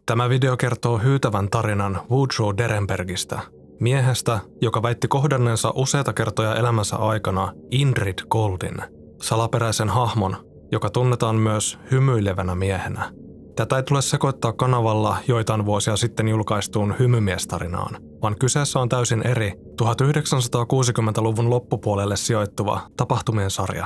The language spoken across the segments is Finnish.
Tämä video kertoo hyytävän tarinan Woodrow Derenbergistä, miehestä, joka väitti kohdanneensa useita kertoja elämänsä aikana Indrid Goldin, salaperäisen hahmon, joka tunnetaan myös hymyilevänä miehenä. Tätä ei tule sekoittaa kanavalla joitain vuosia sitten julkaistuun hymymiestarinaan, vaan kyseessä on täysin eri 1960-luvun loppupuolelle sijoittuva tapahtumien sarja.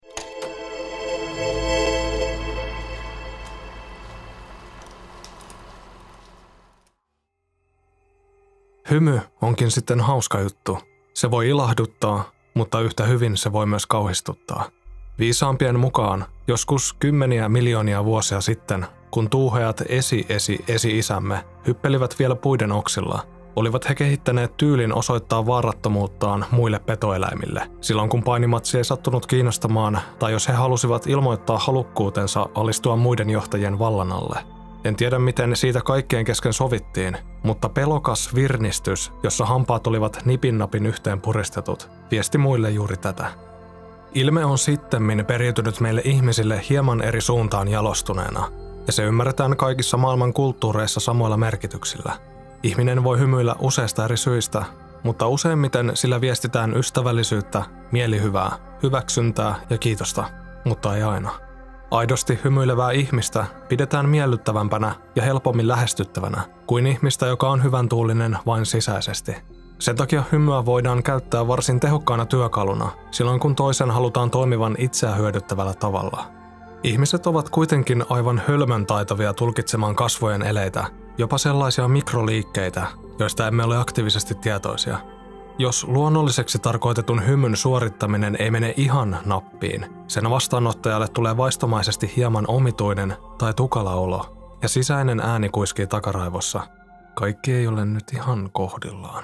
Hymy onkin sitten hauska juttu. Se voi ilahduttaa, mutta yhtä hyvin se voi myös kauhistuttaa. Viisaampien mukaan joskus kymmeniä miljoonia vuosia sitten, kun tuuheat esi-isämme hyppelivät vielä puiden oksilla, olivat he kehittäneet tyylin osoittaa vaarattomuuttaan muille petoeläimille, silloin kun painimatsi ei sattunut kiinnostamaan tai jos he halusivat ilmoittaa halukkuutensa alistua muiden johtajien vallan alle. En tiedä miten siitä kaikkien kesken sovittiin, mutta pelokas virnistys, jossa hampaat olivat nipin-napin yhteen puristetut, viesti muille juuri tätä. Ilme on sittemmin periytynyt meille ihmisille hieman eri suuntaan jalostuneena, ja se ymmärretään kaikissa maailman kulttuureissa samoilla merkityksillä. Ihminen voi hymyillä useista eri syistä, mutta useimmiten sillä viestitään ystävällisyyttä, mielihyvää, hyväksyntää ja kiitosta, mutta ei aina. Aidosti hymyilevää ihmistä pidetään miellyttävämpänä ja helpommin lähestyttävänä kuin ihmistä, joka on hyvän tuulinen vain sisäisesti. Sen takia hymyä voidaan käyttää varsin tehokkaana työkaluna silloin, kun toisen halutaan toimivan itseä hyödyttävällä tavalla. Ihmiset ovat kuitenkin aivan hölmön taitavia tulkitsemaan kasvojen eleitä, jopa sellaisia mikroliikkeitä, joista emme ole aktiivisesti tietoisia. Jos luonnolliseksi tarkoitetun hymyn suorittaminen ei mene ihan nappiin, sen vastaanottajalle tulee vaistomaisesti hieman omituinen tai tukala olo, ja sisäinen ääni kuiskii takaraivossa. Kaikki ei ole nyt ihan kohdillaan.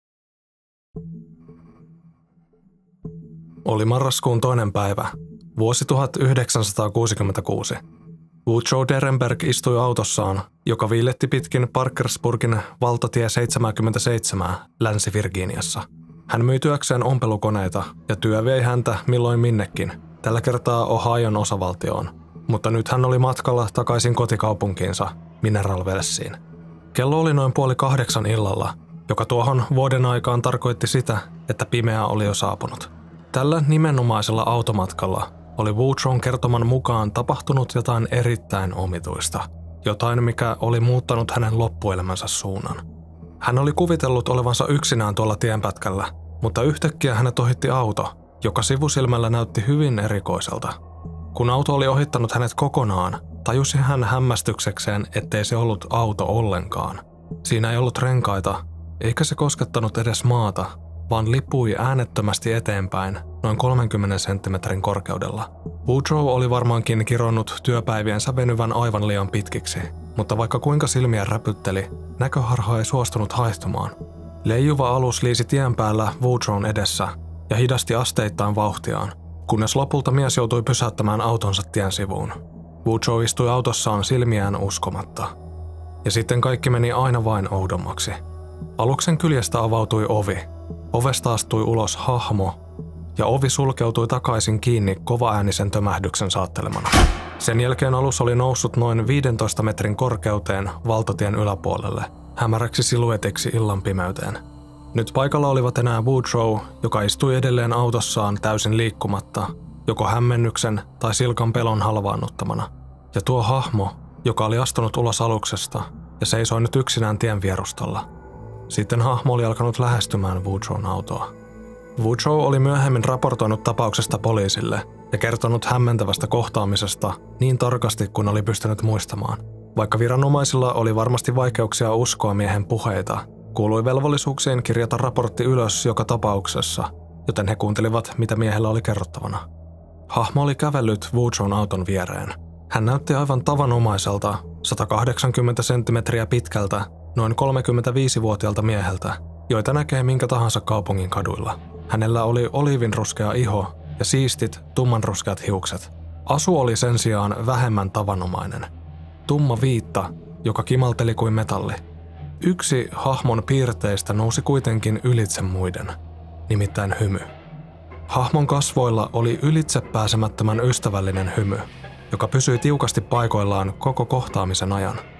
Oli marraskuun 2. päivä, vuosi 1966. Woodrow Derenberg istui autossaan, joka viilletti pitkin Parkersburgin valtatie 77 Länsi-Virginiassa. Hän myi työkseen ompelukoneita ja työ vei häntä milloin minnekin, tällä kertaa Ohion osavaltioon. Mutta nyt hän oli matkalla takaisin kotikaupunkiinsa, Mineral Wellsiin. Kello oli noin 7:30 illalla, joka tuohon vuoden aikaan tarkoitti sitä, että pimeä oli jo saapunut. Tällä nimenomaisella automatkalla oli Woodrown kertoman mukaan tapahtunut jotain erittäin omituista. Jotain, mikä oli muuttanut hänen loppuelämänsä suunnan. Hän oli kuvitellut olevansa yksinään tuolla tienpätkällä, mutta yhtäkkiä hänet ohitti auto, joka sivusilmällä näytti hyvin erikoiselta. Kun auto oli ohittanut hänet kokonaan, tajusi hän hämmästyksekseen, ettei se ollut auto ollenkaan. Siinä ei ollut renkaita, eikä se koskettanut edes maata, vaan lipui äänettömästi eteenpäin noin 30 senttimetrin korkeudella. Woodrow oli varmaankin kironnut työpäiviensä venyvän aivan liian pitkiksi, mutta vaikka kuinka silmiä räpytteli, näköharha ei suostunut haihtumaan. Leijuva alus liisi tien päällä Woodrown edessä ja hidasti asteittain vauhtiaan, kunnes lopulta mies joutui pysäyttämään autonsa tien sivuun. Woodrow istui autossaan silmiään uskomatta. Ja sitten kaikki meni aina vain oudommaksi. Aluksen kyljestä avautui ovi. Ovesta astui ulos hahmo, ja ovi sulkeutui takaisin kiinni kovaäänisen tömähdyksen saattelemana. Sen jälkeen alus oli noussut noin 15 metrin korkeuteen valtatien yläpuolelle, hämäräksi siluetiksi illan pimeyteen. Nyt paikalla olivat enää Woodrow, joka istui edelleen autossaan täysin liikkumatta, joko hämmennyksen tai silkan pelon halvaannuttamana, ja tuo hahmo, joka oli astunut ulos aluksesta ja seisoi nyt yksinään tien vierustalla. Sitten hahmo oli alkanut lähestymään Woodrown autoa. Woodrow oli myöhemmin raportoinut tapauksesta poliisille ja kertonut hämmentävästä kohtaamisesta niin tarkasti kuin oli pystynyt muistamaan. Vaikka viranomaisilla oli varmasti vaikeuksia uskoa miehen puheita, kuului velvollisuuksiin kirjata raportti ylös joka tapauksessa, joten he kuuntelivat, mitä miehellä oli kerrottavana. Hahmo oli kävellyt Woodrown auton viereen. Hän näytti aivan tavanomaiselta, 180 senttimetriä pitkältä, noin 35-vuotiaalta mieheltä, joita näkee minkä tahansa kaupungin kaduilla. Hänellä oli oliivinruskea iho ja siistit, tummanruskeat hiukset. Asu oli sen sijaan vähemmän tavanomainen. Tumma viitta, joka kimalteli kuin metalli. Yksi hahmon piirteistä nousi kuitenkin ylitse muiden, nimittäin hymy. Hahmon kasvoilla oli ylitsepääsemättömän ystävällinen hymy, joka pysyi tiukasti paikoillaan koko kohtaamisen ajan.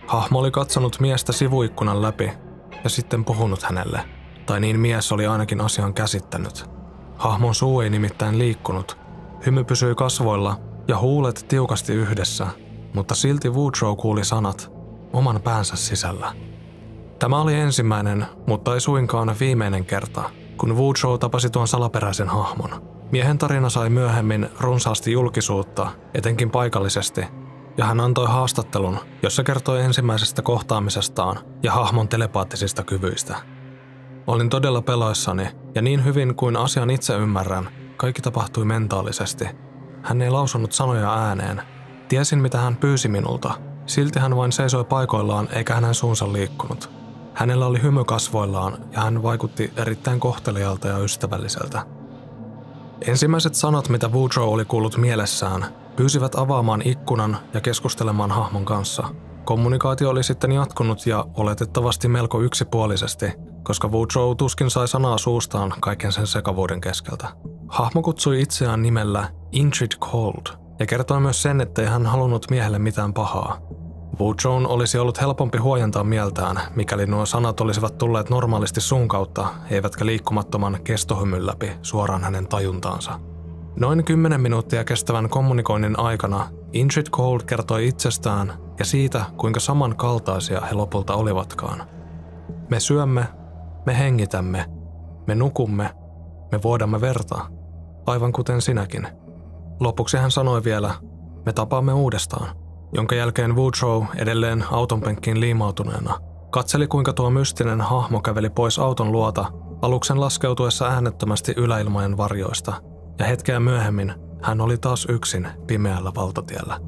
Hahmo oli katsonut miestä sivuikkunan läpi ja sitten puhunut hänelle, tai niin mies oli ainakin asian käsittänyt. Hahmon suu ei nimittäin liikkunut, hymy pysyi kasvoilla ja huulet tiukasti yhdessä, mutta silti Woodrow kuuli sanat oman päänsä sisällä. Tämä oli ensimmäinen, mutta ei suinkaan viimeinen kerta, kun Woodrow tapasi tuon salaperäisen hahmon. Miehen tarina sai myöhemmin runsaasti julkisuutta, etenkin paikallisesti, ja hän antoi haastattelun, jossa kertoi ensimmäisestä kohtaamisestaan ja hahmon telepaattisista kyvyistä. Olin todella peloissani, ja niin hyvin kuin asian itse ymmärrän, kaikki tapahtui mentaalisesti. Hän ei lausunut sanoja ääneen. Tiesin, mitä hän pyysi minulta. Silti hän vain seisoi paikoillaan, eikä hänen suunsa liikkunut. Hänellä oli hymy kasvoillaan, ja hän vaikutti erittäin kohteliaalta ja ystävälliseltä. Ensimmäiset sanat, mitä Woodrow oli kuullut mielessään, pyysivät avaamaan ikkunan ja keskustelemaan hahmon kanssa. Kommunikaatio oli sitten jatkunut ja oletettavasti melko yksipuolisesti, koska Woodrow tuskin sai sanaa suustaan kaiken sen sekavuuden keskeltä. Hahmo kutsui itseään nimellä Ingrid Cold ja kertoi myös sen, ettei hän halunnut miehelle mitään pahaa. Woodrown olisi ollut helpompi huojentaa mieltään, mikäli nuo sanat olisivat tulleet normaalisti suun kautta, eivätkä liikkumattoman kestohymyn läpi suoraan hänen tajuntaansa. Noin 10 minuuttia kestävän kommunikoinnin aikana Ingrid Cold kertoi itsestään ja siitä, kuinka samankaltaisia he lopulta olivatkaan. Me syömme, me hengitämme, me nukumme, me vuodamme verta, aivan kuten sinäkin. Lopuksi hän sanoi vielä, me tapaamme uudestaan, jonka jälkeen Woodrow edelleen autonpenkkiin liimautuneena katseli, kuinka tuo mystinen hahmo käveli pois auton luota aluksen laskeutuessa äänettömästi yläilmojen varjoista, ja hetkeä myöhemmin hän oli taas yksin pimeällä valtatiellä.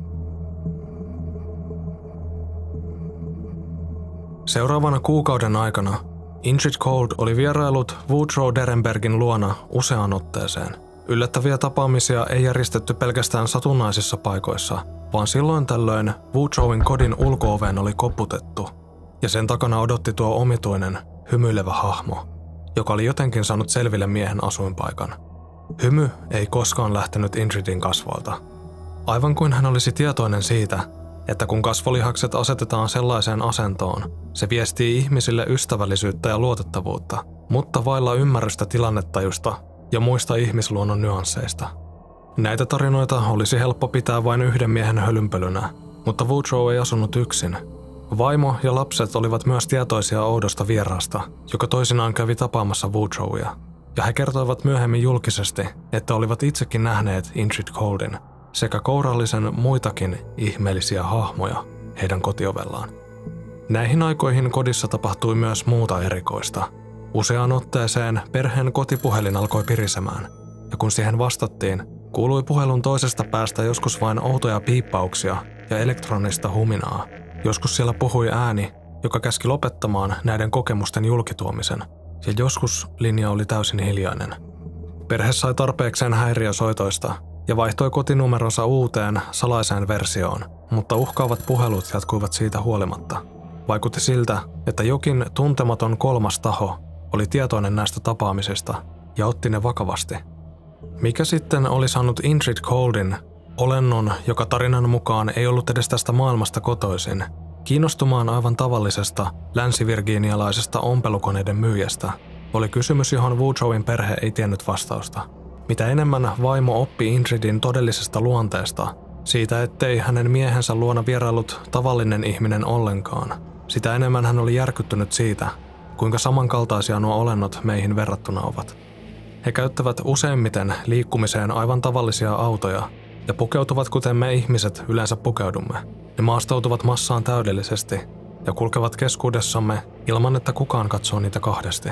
Seuraavana kuukauden aikana Ingrid Cold oli vierailut Woodrow Derenbergin luona useaan otteeseen. Yllättäviä tapaamisia ei järjestetty pelkästään satunnaisissa paikoissa, vaan silloin tällöin Woodrowin kodin ulko-oveen oli koputettu, ja sen takana odotti tuo omituinen, hymyilevä hahmo, joka oli jotenkin saanut selville miehen asuinpaikan. Hymy ei koskaan lähtenyt Ingridin kasvoilta. Aivan kuin hän olisi tietoinen siitä, että kun kasvolihakset asetetaan sellaiseen asentoon, se viestii ihmisille ystävällisyyttä ja luotettavuutta, mutta vailla ymmärrystä tilannetajusta ja muista ihmisluonnon nyansseista. Näitä tarinoita olisi helppo pitää vain yhden miehen hölynpölynä, mutta Woodrow ei asunut yksin. Vaimo ja lapset olivat myös tietoisia oudosta vieraasta, joka toisinaan kävi tapaamassa Woodrowia, ja he kertoivat myöhemmin julkisesti, että olivat itsekin nähneet Ingrid Coldin sekä kourallisen muitakin ihmeellisiä hahmoja heidän kotiovellaan. Näihin aikoihin kodissa tapahtui myös muuta erikoista. Useaan otteeseen perheen kotipuhelin alkoi pirisemään, ja kun siihen vastattiin, kuului puhelun toisesta päästä joskus vain outoja piippauksia ja elektronista huminaa. Joskus siellä puhui ääni, joka käski lopettamaan näiden kokemusten julkituomisen, ja joskus linja oli täysin hiljainen. Perhe sai tarpeekseen häiriösoitoista ja vaihtoi kotinumeronsa uuteen, salaiseen versioon, mutta uhkaavat puhelut jatkuivat siitä huolimatta. Vaikutti siltä, että jokin tuntematon kolmas taho oli tietoinen näistä tapaamisista ja otti ne vakavasti. Mikä sitten oli saanut Ingrid Coldin, olennon, joka tarinan mukaan ei ollut edes tästä maailmasta kotoisin, kiinnostumaan aivan tavallisesta länsivirginialaisesta ompelukoneiden myyjästä, oli kysymys, johon Woodrowin perhe ei tiennyt vastausta. Mitä enemmän vaimo oppi Ingridin todellisesta luonteesta, siitä ettei hänen miehensä luona vierailut tavallinen ihminen ollenkaan, sitä enemmän hän oli järkyttynyt siitä, kuinka samankaltaisia nuo olennot meihin verrattuna ovat. He käyttävät useimmiten liikkumiseen aivan tavallisia autoja ja pukeutuvat kuten me ihmiset yleensä pukeudumme. Ne maastoutuvat massaan täydellisesti ja kulkevat keskuudessamme ilman, että kukaan katsoo niitä kahdesti.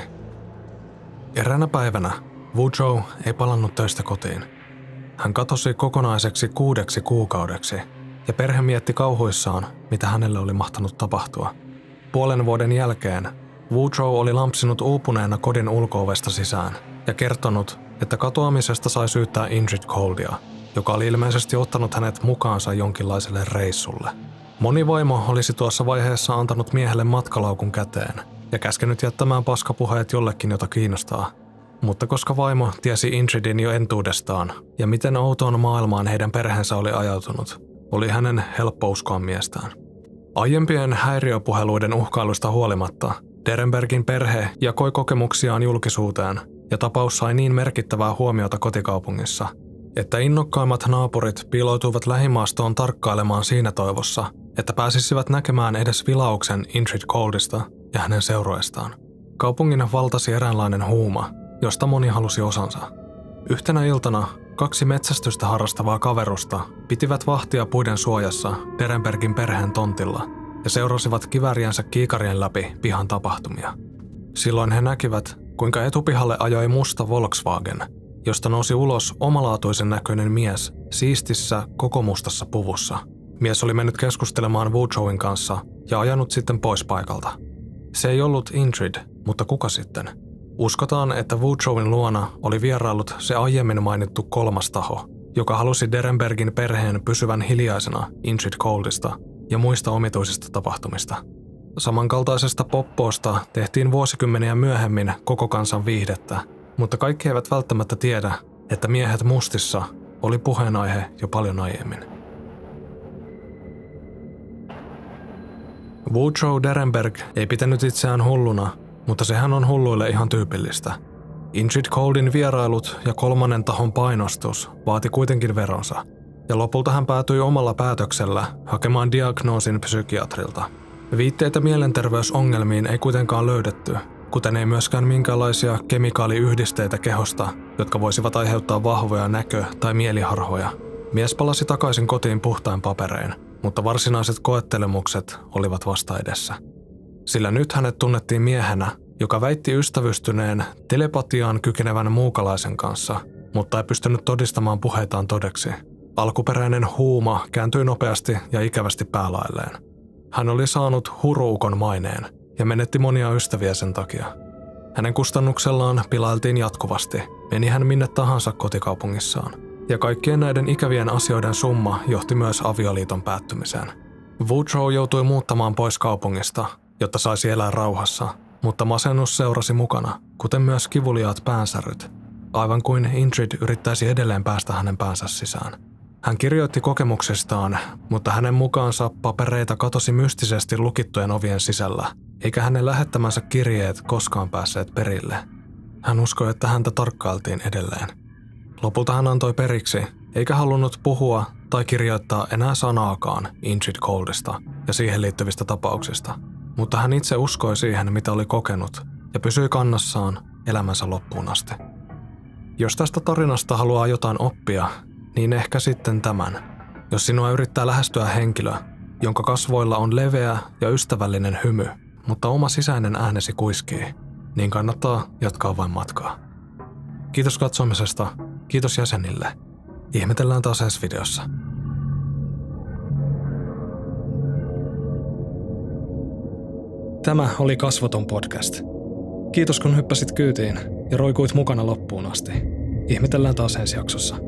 Eräänä päivänä Woodrow ei palannut töistä kotiin. Hän katosi kokonaiseksi 6 kuukaudeksi ja perhe mietti kauhuissaan, mitä hänelle oli mahtanut tapahtua. Puolen vuoden jälkeen Woodrow oli lampsinut uupuneena kodin ulko-ovesta sisään ja kertonut, että katoamisesta sai syyttää Ingrid Coldia, joka oli ilmeisesti ottanut hänet mukaansa jonkinlaiselle reissulle. Moni vaimo olisi tuossa vaiheessa antanut miehelle matkalaukun käteen ja käskenyt jättämään paskapuheet jollekin, jota kiinnostaa. Mutta koska vaimo tiesi Ingridin jo entuudestaan ja miten outoon maailmaan heidän perheensä oli ajautunut, oli hänen helppo uskoa miestään. Aiempien häiriöpuheluiden uhkailusta huolimatta Derenbergin perhe jakoi kokemuksiaan julkisuuteen ja tapaus sai niin merkittävää huomiota kotikaupungissa, että innokkaimmat naapurit piiloutuivat lähimaastoon tarkkailemaan siinä toivossa, että pääsisivät näkemään edes vilauksen Indrid Coldista ja hänen seurueestaan. Kaupungin valtasi eräänlainen huuma, josta moni halusi osansa. Yhtenä iltana 2 metsästystä harrastavaa kaverusta pitivät vahtia puiden suojassa Derenbergin perheen tontilla ja seurasivat kivääriensä kiikarien läpi pihan tapahtumia. Silloin he näkivät, kuinka etupihalle ajoi musta Volkswagen, josta nousi ulos omalaatuisen näköinen mies siistissä koko mustassa puvussa. Mies oli mennyt keskustelemaan Woodrowin kanssa ja ajanut sitten pois paikalta. Se ei ollut Indrid, mutta kuka sitten? Uskotaan, että Woodrowin luona oli vieraillut se aiemmin mainittu 3. taho, joka halusi Derenbergin perheen pysyvän hiljaisena Indrid Coldista ja muista omituisista tapahtumista. Samankaltaisesta poppoosta tehtiin vuosikymmeniä myöhemmin koko kansan viihdettä, mutta kaikki eivät välttämättä tiedä, että miehet mustissa oli puheenaihe jo paljon aiemmin. Woodrow Derenberg ei pitänyt itseään hulluna, mutta sehän on hulluille ihan tyypillistä. Indrid Coldin vierailut ja 3. tahon painostus vaati kuitenkin veronsa, ja lopulta hän päätyi omalla päätöksellä hakemaan diagnoosin psykiatrilta. Viitteitä mielenterveysongelmiin ei kuitenkaan löydetty, kuten ei myöskään minkäänlaisia kemikaaliyhdisteitä kehosta, jotka voisivat aiheuttaa vahvoja näkö- tai mieliharhoja. Mies palasi takaisin kotiin puhtain paperein, mutta varsinaiset koettelemukset olivat vasta edessä. Sillä nyt hänet tunnettiin miehenä, joka väitti ystävystyneen telepatiaan kykenevän muukalaisen kanssa, mutta ei pystynyt todistamaan puheitaan todeksi. Alkuperäinen huuma kääntyi nopeasti ja ikävästi päälailleen. Hän oli saanut huruukon maineen ja menetti monia ystäviä sen takia. Hänen kustannuksellaan pilailtiin jatkuvasti, meni hän minne tahansa kotikaupungissaan. Ja kaikkien näiden ikävien asioiden summa johti myös avioliiton päättymiseen. Woodrow joutui muuttamaan pois kaupungista, jotta saisi elää rauhassa, mutta masennus seurasi mukana, kuten myös kivuliaat päänsäryt, aivan kuin Indrid yrittäisi edelleen päästä hänen päänsä sisään. Hän kirjoitti kokemuksistaan, mutta hänen mukaansa papereita katosi mystisesti lukittujen ovien sisällä, eikä hänen lähettämänsä kirjeet koskaan päässeet perille. Hän uskoi, että häntä tarkkailtiin edelleen. Lopulta hän antoi periksi, eikä halunnut puhua tai kirjoittaa enää sanaakaan Indrid Coldista ja siihen liittyvistä tapauksista, mutta hän itse uskoi siihen, mitä oli kokenut, ja pysyi kannassaan elämänsä loppuun asti. Jos tästä tarinasta haluaa jotain oppia, niin ehkä sitten tämän. Jos sinua yrittää lähestyä henkilö, jonka kasvoilla on leveä ja ystävällinen hymy, mutta oma sisäinen äänesi kuiskii, niin kannattaa jatkaa vain matkaa. Kiitos katsomisesta, kiitos jäsenille. Ihmetellään taas ensi videossa. Tämä oli Kasvoton podcast. Kiitos kun hyppäsit kyytiin ja roikuit mukana loppuun asti. Ihmetellään taas ensi jaksossa.